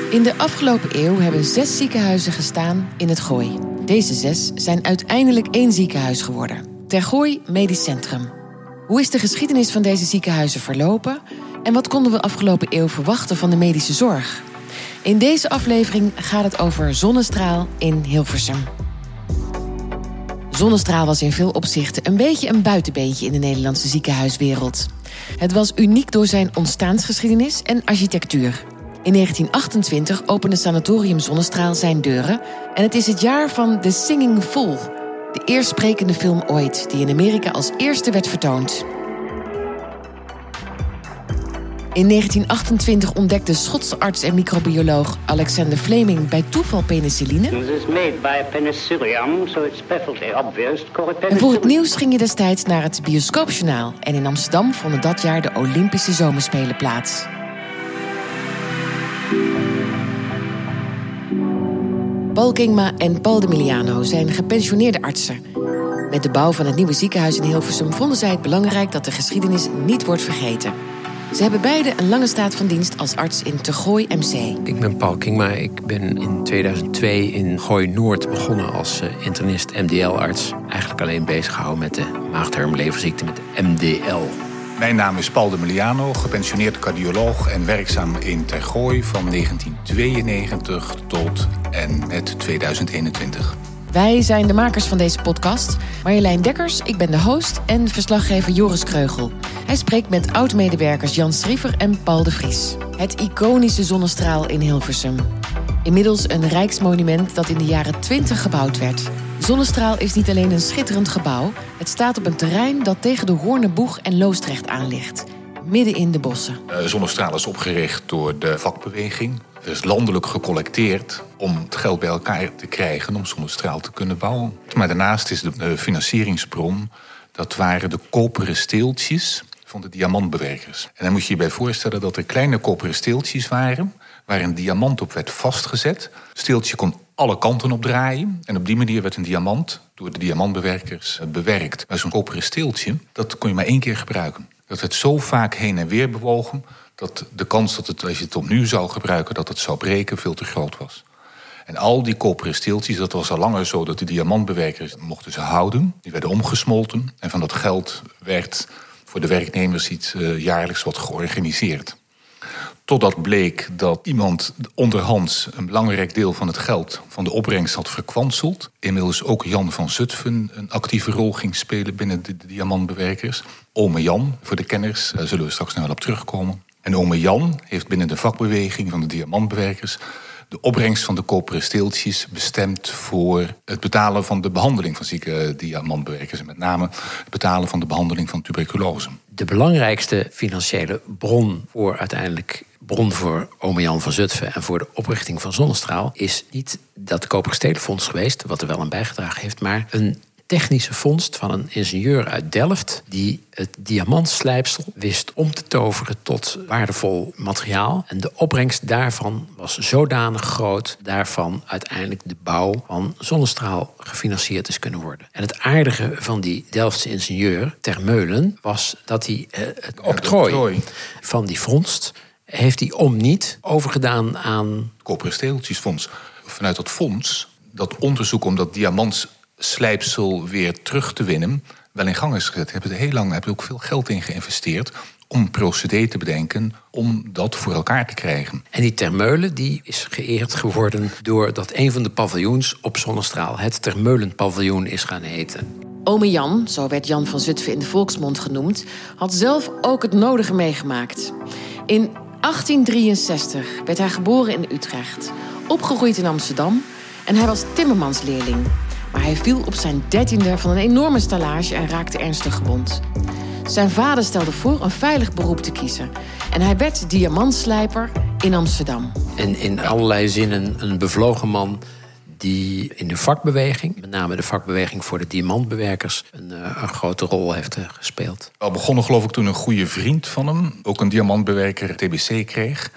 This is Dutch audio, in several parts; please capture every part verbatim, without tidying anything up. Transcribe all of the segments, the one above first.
In de afgelopen eeuw hebben zes ziekenhuizen gestaan in het Gooi. Deze zes zijn uiteindelijk één ziekenhuis geworden. Ter Gooi Medisch Centrum. Hoe is de geschiedenis van deze ziekenhuizen verlopen? En wat konden we afgelopen eeuw verwachten van de medische zorg? In deze aflevering gaat het over Zonnestraal in Hilversum. Zonnestraal was in veel opzichten een beetje een buitenbeentje in de Nederlandse ziekenhuiswereld. Het was uniek door zijn ontstaansgeschiedenis en architectuur. In negentien achtentwintig opende Sanatorium Zonnestraal zijn deuren en het is het jaar van The Singing Fool, de eerst sprekende film ooit, die in Amerika als eerste werd vertoond. In negentien achtentwintig ontdekte Schotse arts en microbioloog Alexander Fleming bij toeval penicilline. En voor het nieuws ging je destijds naar het Bioscoopjournaal. En in Amsterdam vonden dat jaar de Olympische Zomerspelen plaats. Paul Kingma en Paul de Miliano zijn gepensioneerde artsen. Met de bouw van het nieuwe ziekenhuis in Hilversum vonden zij het belangrijk dat de geschiedenis niet wordt vergeten. Ze hebben beide een lange staat van dienst als arts in Ter Gooi M C. Ik ben Paul Kingma. Ik ben in tweeduizend twee in Gooi-Noord begonnen als internist M D L-arts. Eigenlijk alleen bezig gehouden met de maag-darm-leverziekte met M D L. Mijn naam is Paul de Miliano, gepensioneerd cardioloog en werkzaam in Ter Gooi van negentien tweeënnegentig tot en met tweeduizend eenentwintig. Wij zijn de makers van deze podcast. Marjolein Dekkers, ik ben de host en verslaggever Joris Kreugel. Hij spreekt met oud-medewerkers Jan Striever en Paul de Vries. Het iconische Zonnestraal in Hilversum. Inmiddels een rijksmonument dat in de jaren twintig gebouwd werd. Zonnestraal is niet alleen een schitterend gebouw. Het staat op een terrein dat tegen de Hoornenboeg en Loosdrecht aan ligt. Midden in de bossen. Uh, Zonnestraal is opgericht door de vakbeweging. Er is landelijk gecollecteerd om het geld bij elkaar te krijgen om Zonnestraal te kunnen bouwen. Maar daarnaast is de financieringsbron, dat waren de koperen steeltjes van de diamantbewerkers. En dan moet je je bij voorstellen dat er kleine koperen steeltjes waren waar een diamant op werd vastgezet. Het steeltje kon alle kanten op draaien en op die manier werd een diamant door de diamantbewerkers bewerkt. Maar zo'n koperen steeltje, dat kon je maar één keer gebruiken. Dat werd zo vaak heen en weer bewogen dat de kans dat het, als je het opnieuw zou gebruiken, dat het zou breken, veel te groot was. En al die koperen steeltjes, dat was al langer zo dat de diamantbewerkers mochten ze houden. Die werden omgesmolten en van dat geld werd voor de werknemers iets uh, jaarlijks wat georganiseerd. Totdat bleek dat iemand onderhands een belangrijk deel van het geld van de opbrengst had verkwanseld. Inmiddels ook Jan van Zutphen een actieve rol ging spelen binnen de diamantbewerkers. Ome Jan, voor de kenners, daar zullen we straks nog wel op terugkomen. En ome Jan heeft binnen de vakbeweging van de diamantbewerkers de opbrengst van de koperen steeltjes bestemd voor het betalen van de behandeling van zieke diamantbewerkers. En met name het betalen van de behandeling van tuberculose. De belangrijkste financiële bron voor uiteindelijk bron voor ome Jan van Zutphen en voor de oprichting van Zonnestraal is niet dat Koperen Stelenfonds geweest, wat er wel aan bijgedragen heeft, maar een technische vondst van een ingenieur uit Delft die het diamantslijpsel wist om te toveren tot waardevol materiaal. En de opbrengst daarvan was zodanig groot, daarvan uiteindelijk de bouw van Zonnestraal gefinancierd is kunnen worden. En het aardige van die Delftse ingenieur, Termeulen, was dat hij uh, het octrooi van die vondst heeft hij om niet overgedaan aan het Koperen Steeltjesfonds. Vanuit dat fonds, dat onderzoek om dat diamants slijpsel weer terug te winnen, wel in gang is gezet. Hebben er heel lang hebben ook veel geld in geïnvesteerd om een procedé te bedenken om dat voor elkaar te krijgen. En die Termeulen die is geëerd geworden doordat een van de paviljoens op Zonnestraal het Termeulen-paviljoen is gaan heten. Ome Jan, zo werd Jan van Zutphen in de volksmond genoemd, had zelf ook het nodige meegemaakt. In achttien drieënzestig werd hij geboren in Utrecht, opgegroeid in Amsterdam en hij was timmermansleerling. Maar hij viel op zijn dertiende van een enorme stallage en raakte ernstig gewond. Zijn vader stelde voor een veilig beroep te kiezen. En hij werd diamantslijper in Amsterdam. En in allerlei zinnen een bevlogen man die in de vakbeweging, met name de vakbeweging voor de diamantbewerkers, een, een grote rol heeft gespeeld. Al begonnen geloof ik toen een goede vriend van hem, ook een diamantbewerker, T B C kreeg.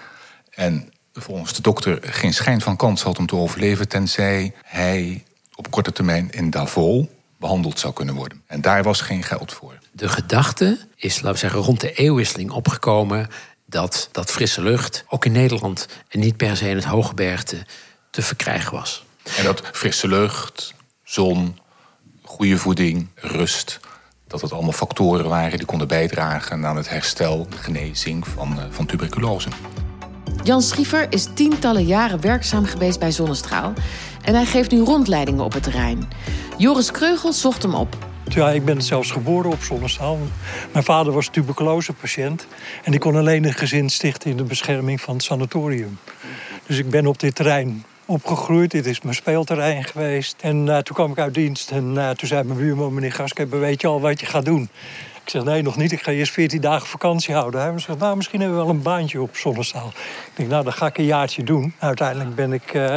En volgens de dokter geen schijn van kans had om te overleven, tenzij hij op korte termijn in Davos behandeld zou kunnen worden. En daar was geen geld voor. De gedachte is, laten we zeggen, rond de eeuwwisseling opgekomen, dat, dat frisse lucht ook in Nederland en niet per se in het hooggebergte te verkrijgen was. En dat frisse lucht, zon, goede voeding, rust, dat het allemaal factoren waren die konden bijdragen aan het herstel, de genezing van, van tuberculose. Jan Schiefer is tientallen jaren werkzaam geweest bij Zonnestraal en hij geeft nu rondleidingen op het terrein. Joris Kreugel zocht hem op. Ja, ik ben zelfs geboren op Zonnestraal. Mijn vader was tuberculosepatiënt en die kon alleen een gezin stichten in de bescherming van het sanatorium. Dus ik ben op dit terrein opgegroeid. Dit is mijn speelterrein geweest. En uh, toen kwam ik uit dienst en uh, toen zei mijn buurman, meneer Gaskepper, weet je al wat je gaat doen? Ik zeg, nee, nog niet. Ik ga eerst veertien dagen vakantie houden. Hij zegt, nou, misschien hebben we wel een baantje op Zonnestraal. Ik denk, nou, dat ga ik een jaartje doen. Uiteindelijk ben ik... Uh,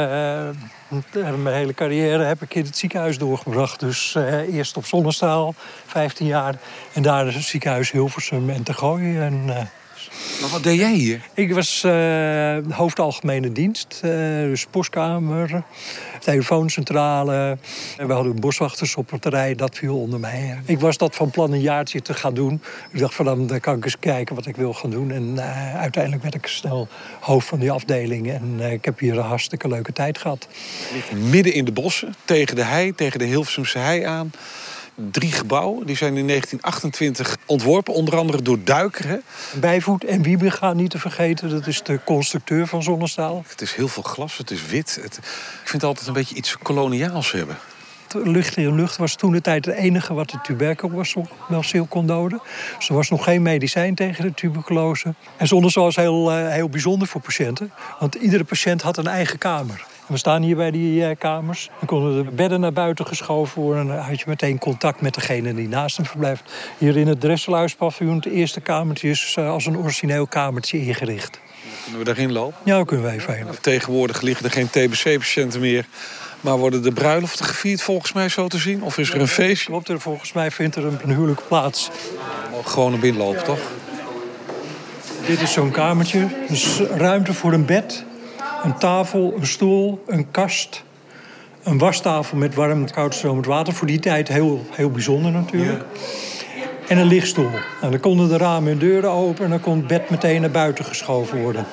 mijn hele carrière heb ik in het ziekenhuis doorgebracht. Dus uh, eerst op Zonnestraal, vijftien jaar. En daar het ziekenhuis Hilversum en Te Gooi. En, uh, maar wat deed jij hier? Ik was uh, hoofd algemene dienst. Uh, dus postkamer, telefooncentrale. En we hadden boswachters op het terrein, dat viel onder mij. Ik was dat van plan een jaartje te gaan doen. Ik dacht van dan kan ik eens kijken wat ik wil gaan doen. En uh, uiteindelijk werd ik snel hoofd van die afdeling. En uh, ik heb hier een hartstikke leuke tijd gehad. Midden in de bossen, tegen de hei, tegen de Hilversumse hei aan. Drie gebouwen, die zijn in negentien achtentwintig ontworpen, onder andere door Duiker. Hè? Bijvoet en Wiebega niet te vergeten, dat is de constructeur van Zonnestraal. Het is heel veel glas, het is wit. Het, ik vind het altijd een beetje iets koloniaals hebben. Lucht in lucht was toen de tijd het enige wat de tuberculose kon doden. Dus er was nog geen medicijn tegen de tuberculose. En Zonnestraal was heel, heel bijzonder voor patiënten, want iedere patiënt had een eigen kamer. We staan hier bij die uh, kamers. Dan konden de bedden naar buiten geschoven worden. En dan had je meteen contact met degene die naast hem verblijft. Hier in het Dresselhuispaviljoen, het eerste kamertje, is uh, als een origineel kamertje ingericht. Kunnen we daarin lopen? Ja, kunnen we even heen. Tegenwoordig liggen er geen T B C-patiënten meer. Maar worden de bruiloften gevierd volgens mij zo te zien? Of is er een feestje? Klopt, er, volgens mij vindt er een, een huwelijk plaats. We mogen gewoon naar binnen lopen, toch? Dit is zo'n kamertje. Dus ruimte voor een bed. Een tafel, een stoel, een kast, een wastafel met warm en koud stromend water. Voor die tijd heel, heel bijzonder natuurlijk. Ja. En een lichtstoel. En dan konden de ramen en deuren open en dan kon het bed meteen naar buiten geschoven worden.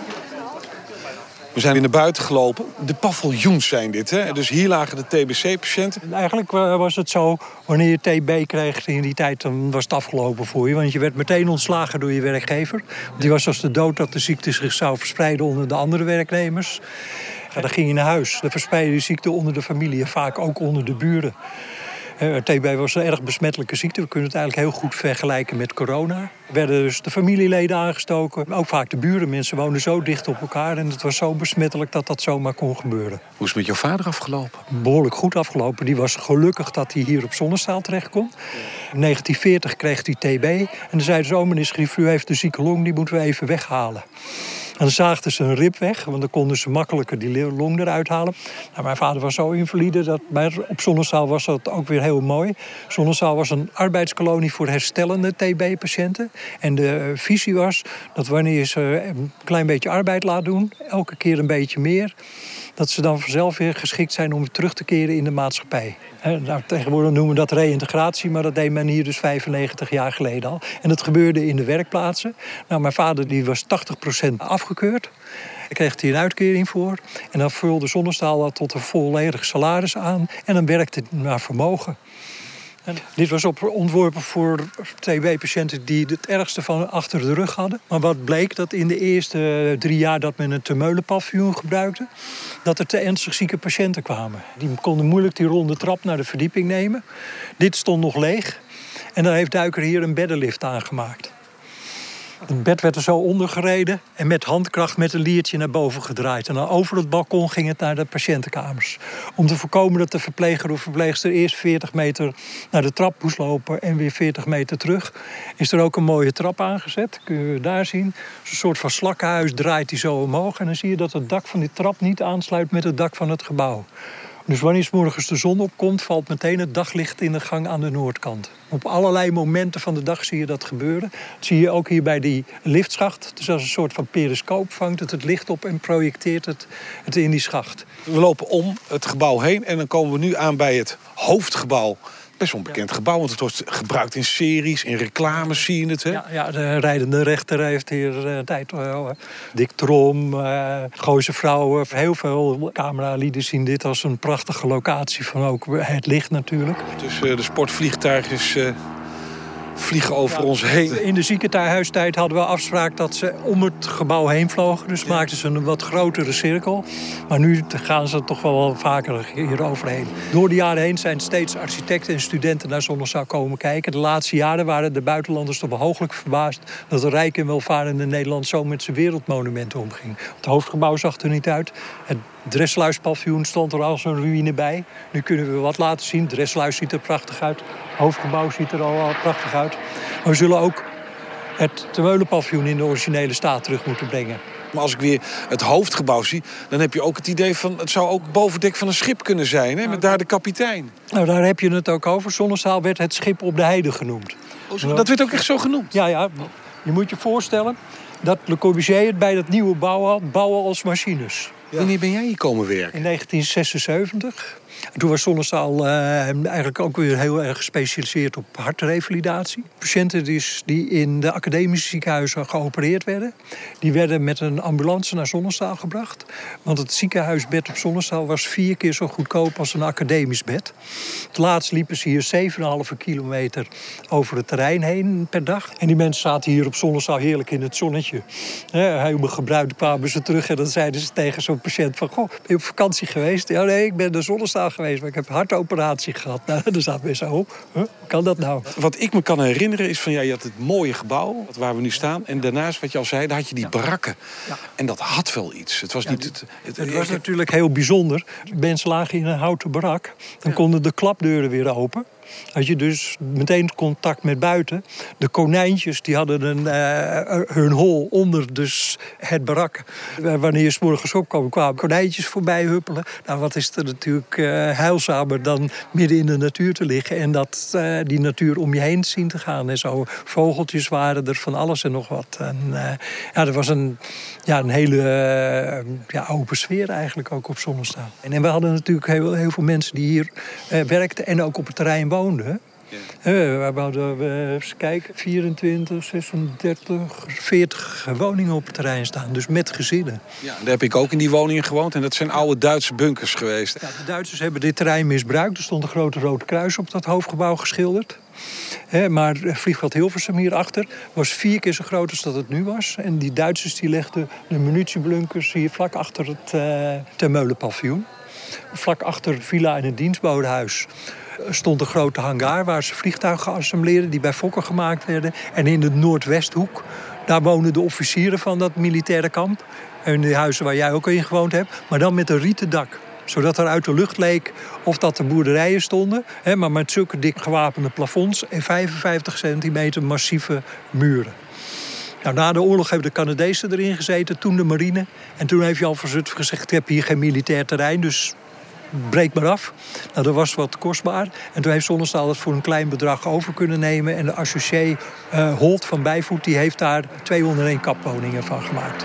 We zijn weer naar buiten gelopen. De paviljoens zijn dit, hè? Dus hier lagen de T B C-patiënten. Eigenlijk was het zo, wanneer je T B kreeg in die tijd, dan was het afgelopen voor je. Want je werd meteen ontslagen door je werkgever. Die was als de dood dat de ziekte zich zou verspreiden onder de andere werknemers. Ja, dan ging je naar huis. Dan verspreidde de ziekte onder de familie en vaak ook onder de buren. T B was een erg besmettelijke ziekte. We kunnen het eigenlijk heel goed vergelijken met corona. Er werden dus de familieleden aangestoken. Ook vaak de buren. Mensen woonden zo dicht op elkaar. En het was zo besmettelijk dat dat zomaar kon gebeuren. Hoe is het met jouw vader afgelopen? Behoorlijk goed afgelopen. Die was gelukkig dat hij hier op Zonnestraal terecht kon. In negentien veertig kreeg hij T B. En dan zeiden ze, oh meneer Schiefer, u heeft een zieke long. Die moeten we even weghalen. En dan zaagden ze een rib weg, want dan konden ze makkelijker die long eruit halen. Nou, mijn vader was zo invalide, dat, maar op Zonnestraal was dat ook weer heel mooi. Zonnestraal was een arbeidskolonie voor herstellende T B-patiënten. En de visie was dat wanneer je ze een klein beetje arbeid laat doen, elke keer een beetje meer, dat ze dan vanzelf weer geschikt zijn om terug te keren in de maatschappij. Nou, tegenwoordig noemen we dat reïntegratie, maar dat deed men hier dus vijfennegentig jaar geleden al. En dat gebeurde in de werkplaatsen. Nou, mijn vader die was tachtig procent afgekeurd. Daar kreeg hij een uitkering voor. En dan vulde Zonnestraal dat tot een volledig salaris aan. En dan werkte het naar vermogen. En dit was op ontworpen voor T B-patiënten die het ergste van achter de rug hadden. Maar wat bleek, dat in de eerste drie jaar dat men een Termeulenpaviljoen gebruikte, dat er te ernstig zieke patiënten kwamen. Die konden moeilijk die ronde trap naar de verdieping nemen. Dit stond nog leeg. En dan heeft Duiker hier een beddenlift aangemaakt. Het bed werd er zo ondergereden en met handkracht met een liertje naar boven gedraaid. En dan over het balkon ging het naar de patiëntenkamers. Om te voorkomen dat de verpleger of verpleegster eerst veertig meter naar de trap moest lopen en weer veertig meter terug, is er ook een mooie trap aangezet. Kun je daar zien. Een soort van slakkenhuis draait die zo omhoog. En dan zie je dat het dak van die trap niet aansluit met het dak van het gebouw. Dus wanneer 's morgens de zon opkomt, valt meteen het daglicht in de gang aan de noordkant. Op allerlei momenten van de dag zie je dat gebeuren. Dat zie je ook hier bij die liftschacht. Dus als een soort van periscoop vangt het het licht op en projecteert het, het in die schacht. We lopen om het gebouw heen en dan komen we nu aan bij het hoofdgebouw best wel een bekend gebouw, want het wordt gebruikt in series, in reclames zie je het, hè? Ja, ja, de rijdende rechter heeft hier uh, tijd. Uh, Dick Trom, uh, Gooise Vrouwen. Heel veel cameralieden zien dit als een prachtige locatie van ook het licht natuurlijk. Dus uh, de sportvliegtuigjes uh, vliegen over ja, ons heen. In de ziekenhuistijd hadden we afspraak dat ze om het gebouw heen vlogen. Dus ja. maakten ze een wat grotere cirkel. Maar nu gaan ze toch wel, wel vaker hier overheen. Door de jaren heen zijn steeds architecten en studenten naar Zonnezaal komen kijken. De laatste jaren waren de buitenlanders toch wel hooglijk verbaasd dat een rijk en welvarende Nederland zo met zijn wereldmonumenten omging. Het hoofdgebouw zag er niet uit. Het Dresluispaviljoen stond er als een ruïne bij. Nu kunnen we wat laten zien. Dresluis ziet er prachtig uit. Het hoofdgebouw ziet er al prachtig uit. Maar we zullen ook het Termeulenpaviljoen in de originele staat terug moeten brengen. Maar als ik weer het hoofdgebouw zie, dan heb je ook het idee van het zou ook bovendek van een schip kunnen zijn, hè? Met daar de kapitein. Nou, daar heb je het ook over. Zonnezaal werd het schip op de heide genoemd. Oh, dat werd ook echt zo genoemd? Ja, ja. Je moet je voorstellen dat Le Corbusier het bij dat nieuwe bouwen had, bouwen als machines. Ja. Wanneer ben jij hier komen werken? In negentien zesenzeventig. En toen was Zonnezaal uh, eigenlijk ook weer heel erg gespecialiseerd op hartrevalidatie. Patiënten die, die in de academische ziekenhuizen geopereerd werden, die werden met een ambulance naar Zonnezaal gebracht. Want het ziekenhuisbed op Zonnezaal was vier keer zo goedkoop als een academisch bed. Het laatst liepen ze hier zeven komma vijf kilometer over het terrein heen per dag. En die mensen zaten hier op Zonnezaal heerlijk in het zonnetje. Helemaal gebruikt kwamen ze terug en dan zeiden ze tegen zo'n patiënt van, goh, ben je op vakantie geweest? Ja, nee, ik ben naar Zonnezaal geweest, maar ik heb een hartoperatie gehad. Nou, dan zaten we zo, huh? Hoe kan dat nou? Wat ik me kan herinneren is van, ja, je had het mooie gebouw, waar we nu staan. En daarnaast, wat je al zei, daar had je die ja. barakken. Ja. En dat had wel iets. Het was ja, niet... Het, het, het, het was natuurlijk heel bijzonder. Mensen lagen in een houten barak. Dan ja. konden de klapdeuren weer open. Had je dus meteen contact met buiten. De konijntjes die hadden een, uh, hun hol onder dus het barak. Uh, wanneer je 's morgens opkwam, kwamen konijntjes voorbij huppelen. Nou, wat is er natuurlijk uh, heilzamer dan midden in de natuur te liggen en dat uh, die natuur om je heen zien te gaan. En zo vogeltjes waren er, van alles en nog wat. En, uh, ja, er was een, ja, een hele uh, ja, open sfeer eigenlijk ook op Zonnezaal. En, en we hadden natuurlijk heel, heel veel mensen die hier uh, werkten en ook op het terrein woonden. Ja. Uh, we hadden, uh, even kijken, vierentwintig, zesendertig, veertig woningen op het terrein staan. Dus met gezinnen. Ja, daar heb ik ook in die woningen gewoond. En dat zijn oude Duitse bunkers geweest. Ja, de Duitsers hebben dit terrein misbruikt. Er stond een grote rode kruis op dat hoofdgebouw geschilderd. He, maar vliegveld Hilversum hierachter was vier keer zo groot als dat het nu was. En die Duitsers die legden de munitiebunkers hier vlak achter het uh, Termeulenpaviljoen. Vlak achter de villa en het dienstbodenhuis stond een grote hangar waar ze vliegtuigen assembleerden die bij Fokker gemaakt werden. En in de Noordwesthoek, daar woonden de officieren van dat militaire kamp. En die huizen waar jij ook in gewoond hebt, maar dan met een rieten dak. Zodat er uit de lucht leek of dat er boerderijen stonden, hè, maar met zulke dik gewapende plafonds en vijfenvijftig centimeter massieve muren. Nou, na de oorlog hebben de Canadezen erin gezeten, toen de marine. En toen heeft Jan van Zutphen gezegd, ik heb hier geen militair terrein, dus breek maar af. Nou, dat was wat kostbaar. En toen heeft Zonnezaal dat voor een klein bedrag over kunnen nemen. En de associé uh, Holt van Bijvoet die heeft daar tweehonderdéén kapwoningen van gemaakt.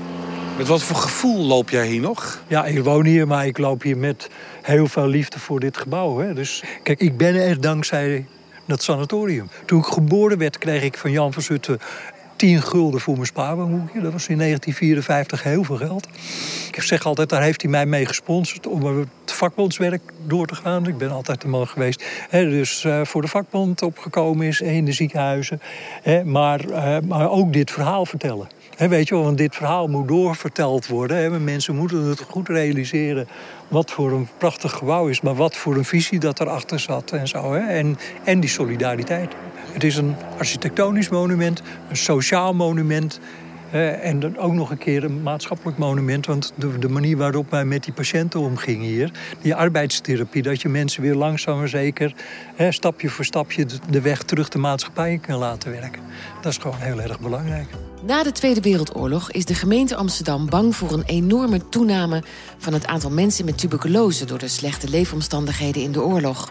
Met wat voor gevoel loop jij hier nog? Ja, ik woon hier, maar ik loop hier met heel veel liefde voor dit gebouw. Hè. Dus kijk, ik ben er dankzij dat sanatorium. Toen ik geboren werd, kreeg ik van Jan van Zutphen tien gulden voor mijn spaarbankboekje. Dat was in negentien vierenvijftig heel veel geld. Ik zeg altijd, daar heeft hij mij mee gesponsord om het vakbondswerk door te gaan. Ik ben altijd een man geweest. He, dus uh, voor de vakbond opgekomen is in de ziekenhuizen. He, maar, uh, maar ook dit verhaal vertellen. He, weet je wel, want dit verhaal moet doorverteld worden. He, mensen moeten het goed realiseren wat voor een prachtig gebouw is, maar wat voor een visie dat erachter zat en zo. He. En, en die solidariteit. Het is een architectonisch monument, een sociaal monument. Uh, en dan ook nog een keer een maatschappelijk monument. Want de, de manier waarop wij met die patiënten omgingen hier, die arbeidstherapie, dat je mensen weer langzaam maar zeker, uh, stapje voor stapje, de, de weg terug de maatschappij kan laten werken. Dat is gewoon heel erg belangrijk. Na de Tweede Wereldoorlog is de gemeente Amsterdam bang voor een enorme toename van het aantal mensen met tuberculose door de slechte leefomstandigheden in de oorlog.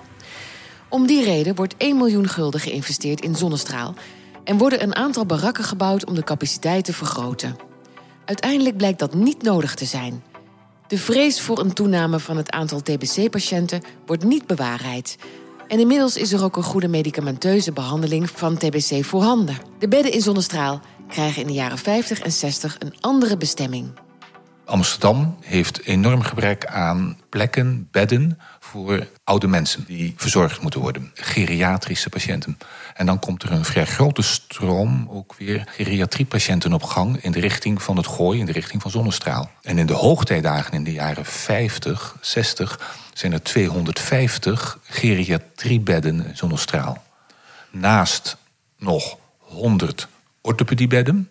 Om die reden wordt één miljoen gulden geïnvesteerd in zonnestraal en worden een aantal barakken gebouwd om de capaciteit te vergroten. Uiteindelijk blijkt dat niet nodig te zijn. De vrees voor een toename van het aantal T B C-patiënten wordt niet bewaarheid. En inmiddels is er ook een goede medicamenteuze behandeling van T B C voorhanden. De bedden in Zonnestraal krijgen in de jaren vijftig en zestig een andere bestemming. Amsterdam heeft enorm gebrek aan plekken, bedden voor oude mensen die verzorgd moeten worden. Geriatrische patiënten. En dan komt er een vrij grote stroom ook weer geriatriepatiënten op gang in de richting van het Gooi, in de richting van Zonnestraal. En in de hoogtijdagen in de jaren vijftig, zestig zijn er tweehonderdvijftig geriatriebedden in Zonnestraal. Naast nog honderd orthopediebedden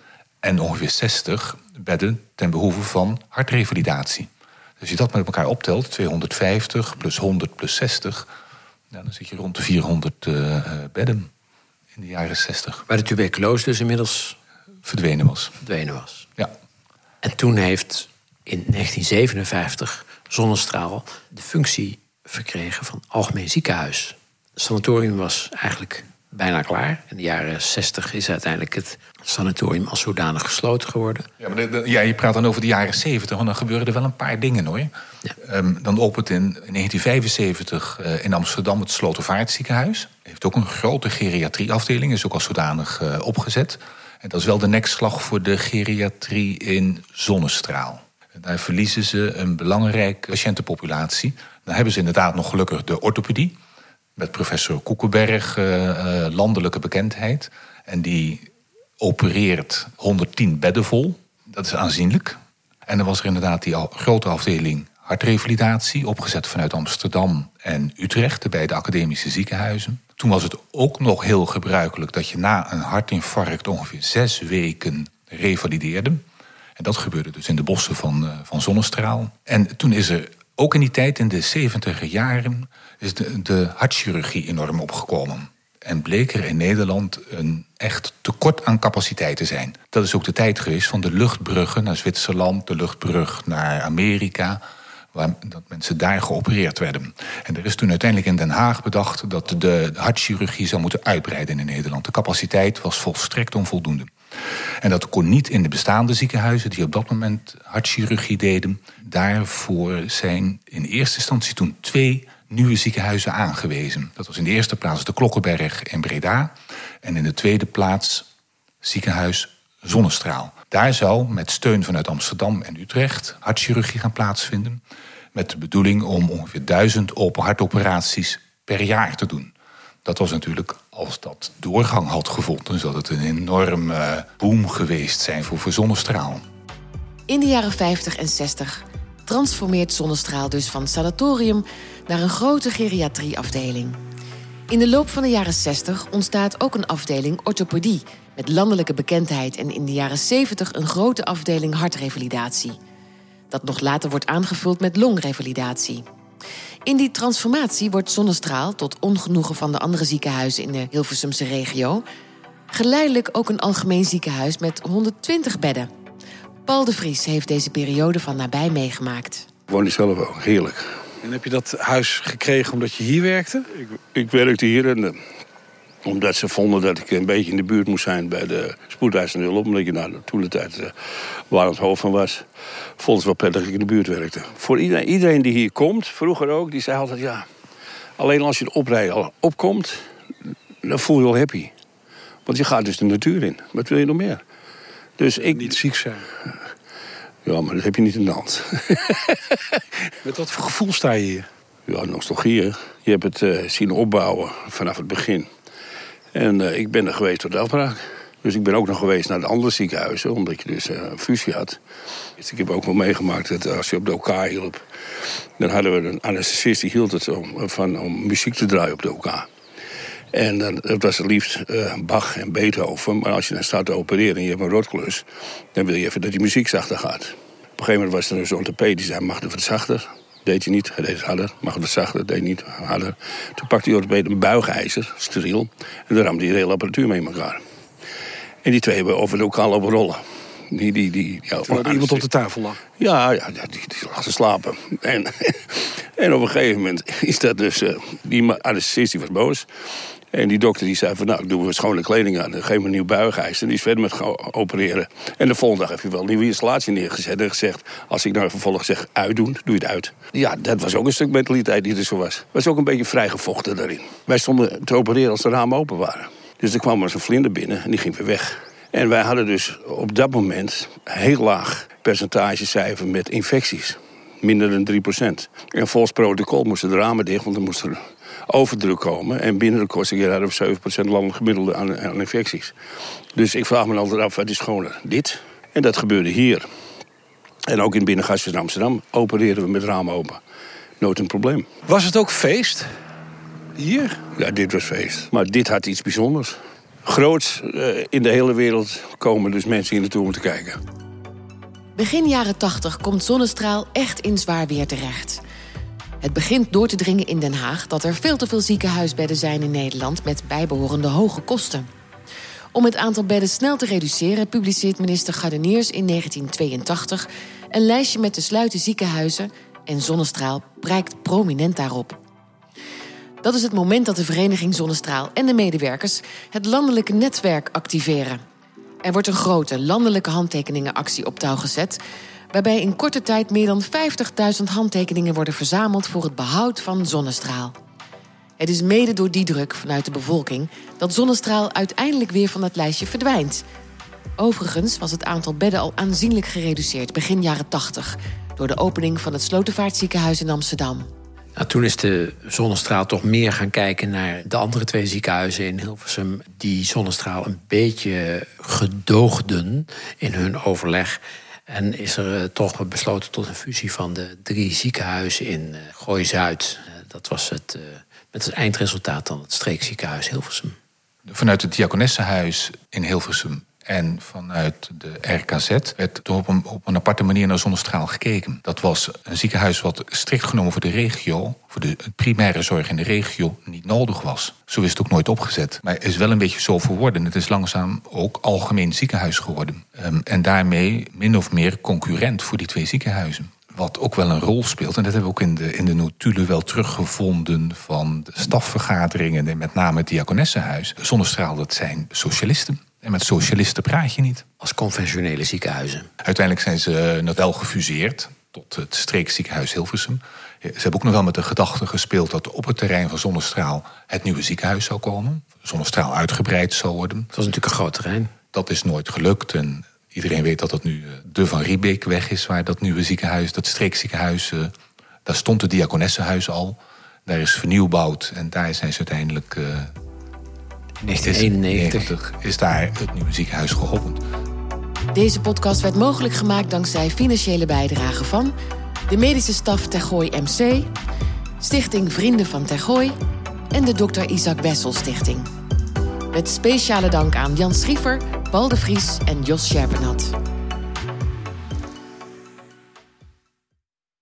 en ongeveer zestig bedden ten behoeve van hartrevalidatie. Dus als je dat met elkaar optelt, tweehonderdvijftig plus honderd plus zestig... Nou, dan zit je rond de vierhonderd uh, bedden in de jaren zestig. Waar de tuberculose dus inmiddels verdwenen was. verdwenen was. Ja. En toen heeft in negentien zevenenvijftig Zonnestraal de functie verkregen van algemeen ziekenhuis. Het sanatorium was eigenlijk bijna klaar. In de jaren zestig is uiteindelijk het sanatorium als zodanig gesloten geworden. Ja, maar de, de, ja, je praat dan over de jaren zeventig, want dan gebeuren er wel een paar dingen, hoor. Ja. Um, dan opent in negentien vijfenzeventig uh, in Amsterdam het Slotervaartziekenhuis. Heeft ook een grote geriatrieafdeling, is ook als zodanig uh, opgezet. En dat is wel de nekslag voor de geriatrie in Zonnestraal. En daar verliezen ze een belangrijke patiëntenpopulatie. Dan hebben ze inderdaad nog gelukkig de orthopedie, met professor Koekenberg, uh, uh, landelijke bekendheid. En die opereert honderdtien bedden vol. Dat is aanzienlijk. En dan was er inderdaad die al, grote afdeling hartrevalidatie, opgezet vanuit Amsterdam en Utrecht, de beide academische ziekenhuizen. Toen was het ook nog heel gebruikelijk dat je na een hartinfarct ongeveer zes weken revalideerde. En dat gebeurde dus in de bossen van, uh, van Zonnestraal. En toen is er ook in die tijd, in de zeventiger jaren, is de, de hartchirurgie enorm opgekomen. En bleek er in Nederland een echt tekort aan capaciteit te zijn. Dat is ook de tijd geweest van de luchtbruggen naar Zwitserland, de luchtbrug naar Amerika, waar dat mensen daar geopereerd werden. En er is toen uiteindelijk in Den Haag bedacht dat de hartchirurgie zou moeten uitbreiden in Nederland. De capaciteit was volstrekt onvoldoende. En dat kon niet in de bestaande ziekenhuizen die op dat moment hartchirurgie deden. Daarvoor zijn in eerste instantie toen twee nieuwe ziekenhuizen aangewezen. Dat was in de eerste plaats de Klokkenberg in Breda en in de tweede plaats ziekenhuis Zonnestraal. Daar zou met steun vanuit Amsterdam en Utrecht hartchirurgie gaan plaatsvinden, met de bedoeling om ongeveer duizend open hartoperaties per jaar te doen. Dat was natuurlijk, als dat doorgang had gevonden, zou het een enorm uh, boom geweest zijn voor, voor Zonnestraal. In de jaren vijftig en zestig transformeert Zonnestraal dus van sanatorium naar een grote geriatrieafdeling. In de loop van de jaren zestig ontstaat ook een afdeling orthopedie met landelijke bekendheid en in de jaren zeventig een grote afdeling hartrevalidatie. Dat nog later wordt aangevuld met longrevalidatie. In die transformatie wordt Zonnestraal, tot ongenoegen van de andere ziekenhuizen in de Hilversumse regio, geleidelijk ook een algemeen ziekenhuis met honderdtwintig bedden. Paul de Vries heeft deze periode van nabij meegemaakt. Ik woonde zelf ook, heerlijk. En heb je dat huis gekregen omdat je hier werkte? Ik, ik werkte hier en uh, omdat ze vonden dat ik een beetje in de buurt moest zijn bij de spoedeisende hulp, omdat je nou, toen de tijd uh, waar het hoofd van was, vonden ze wel prettig dat ik in de buurt werkte. Voor iedereen, iedereen die hier komt, vroeger ook, die zei altijd ja, alleen als je de oprijden al opkomt, dan voel je wel happy. Want je gaat dus de natuur in. Wat wil je nog meer? Dus ik... Niet ziek zijn. Ja, maar dat heb je niet in de hand. Met wat voor gevoel sta je hier? Ja, nostalgie. Hè? Je hebt het uh, zien opbouwen vanaf het begin. En uh, ik ben er geweest tot de afbraak. Dus ik ben ook nog geweest naar de andere ziekenhuizen, omdat je dus uh, een fusie had. Dus ik heb ook wel meegemaakt dat als je op de O K hielp, dan hadden we een anesthesist die hield het om, van, om muziek te draaien op de O K. En dan, dat was het liefst uh, Bach en Beethoven. Maar als je dan staat te opereren en je hebt een rotklus, dan wil je even dat die muziek zachter gaat. Op een gegeven moment was er een zo'n orthopeed die zei, mag het wat zachter? Deed hij niet, hij deed het harder. Mag het wat zachter? Deed niet, harder. Toen pakte die orthopeed een buigijzer, steriel, en dan ramde die de hele apparatuur mee in elkaar. En die twee hebben over elkaar lopen rollen. Die, die, die, ja, Terwijl iemand op de tafel lag? Ja, ja die, die lag te slapen. En, en op een gegeven moment is dat dus... Uh, die anesthesist was boos. En die dokter die zei van, nou, ik doe weer schone kleding aan. Dan geef me een nieuw buigijs. En die is verder met gaan opereren. En de volgende dag heb je wel een nieuwe installatie neergezet. En gezegd, als ik nou vervolgens zeg uitdoen, doe je het uit. Ja, dat was ook een stuk mentaliteit die er zo was. Was ook een beetje vrijgevochten daarin. Wij stonden te opereren als de ramen open waren. Dus er kwam maar een vlinder binnen en die ging weer weg. En wij hadden dus op dat moment een heel laag percentagecijfer met infecties. Minder dan drie procent. En volgens protocol moesten de ramen dicht, want er moest er overdruk komen. En binnen de kortste keer hadden we zeven procent landelijk gemiddelde aan, aan infecties. Dus ik vraag me altijd af, wat is schoner? Dit. En dat gebeurde hier. En ook in Binnengastjes in Amsterdam opereren we met ramen open. Nooit een probleem. Was het ook feest? Hier? Ja, dit was feest. Maar dit had iets bijzonders. Groots uh, in de hele wereld komen dus mensen hier naartoe om te kijken. Begin jaren tachtig komt Zonnestraal echt in zwaar weer terecht. Het begint door te dringen in Den Haag dat er veel te veel ziekenhuisbedden zijn in Nederland met bijbehorende hoge kosten. Om het aantal bedden snel te reduceren publiceert minister Gardeniers in negentien tweeëntachtig een lijstje met te sluiten ziekenhuizen en Zonnestraal prijkt prominent daarop. Dat is het moment dat de vereniging Zonnestraal en de medewerkers het landelijke netwerk activeren. Er wordt een grote landelijke handtekeningenactie op touw gezet, waarbij in korte tijd meer dan vijftigduizend handtekeningen worden verzameld voor het behoud van Zonnestraal. Het is mede door die druk vanuit de bevolking dat Zonnestraal uiteindelijk weer van dat lijstje verdwijnt. Overigens was het aantal bedden al aanzienlijk gereduceerd begin jaren tachtig door de opening van het Slotervaartziekenhuis in Amsterdam. Nou, toen is de Zonnestraal toch meer gaan kijken naar de andere twee ziekenhuizen in Hilversum, die Zonnestraal een beetje gedoogden in hun overleg. En is er uh, toch besloten tot een fusie van de drie ziekenhuizen in uh, Gooi-Zuid. Uh, dat was het, uh, met het eindresultaat dan het streekziekenhuis Hilversum. Vanuit het Diakonessenhuis in Hilversum en vanuit de R K Z werd er op een, op een aparte manier naar Zonnestraal gekeken. Dat was een ziekenhuis wat strikt genomen voor de regio, voor de primaire zorg in de regio, niet nodig was. Zo is het ook nooit opgezet. Maar het is wel een beetje zo verworden. Het is langzaam ook algemeen ziekenhuis geworden. Um, en daarmee min of meer concurrent voor die twee ziekenhuizen. Wat ook wel een rol speelt, en dat hebben we ook in de, in de notulen wel teruggevonden van de stafvergaderingen en met name het Diakonessenhuis. Zonnestraal, dat zijn socialisten. En met socialisten praat je niet. Als conventionele ziekenhuizen. Uiteindelijk zijn ze nog wel gefuseerd tot het streekziekenhuis Hilversum. Ze hebben ook nog wel met de gedachte gespeeld dat op het terrein van Zonnestraal het nieuwe ziekenhuis zou komen. Zonnestraal uitgebreid zou worden. Het was natuurlijk een groot terrein. Dat is nooit gelukt en iedereen weet dat het nu de Van Riebeekweg is waar dat nieuwe ziekenhuis, dat streekziekenhuis, daar stond het Diakonessenhuis al. Daar is vernieuwbouwd en daar zijn ze uiteindelijk Uh, in negentien eenennegentig is daar het nieuwe ziekenhuis geopend. Deze podcast werd mogelijk gemaakt dankzij financiële bijdrage van de medische staf Tergooi M C, Stichting Vrienden van Tergooi en de dokter Isaac Wessel Stichting. Met speciale dank aan Jan Schriever, Paul de Vries en Jos Scherpenat.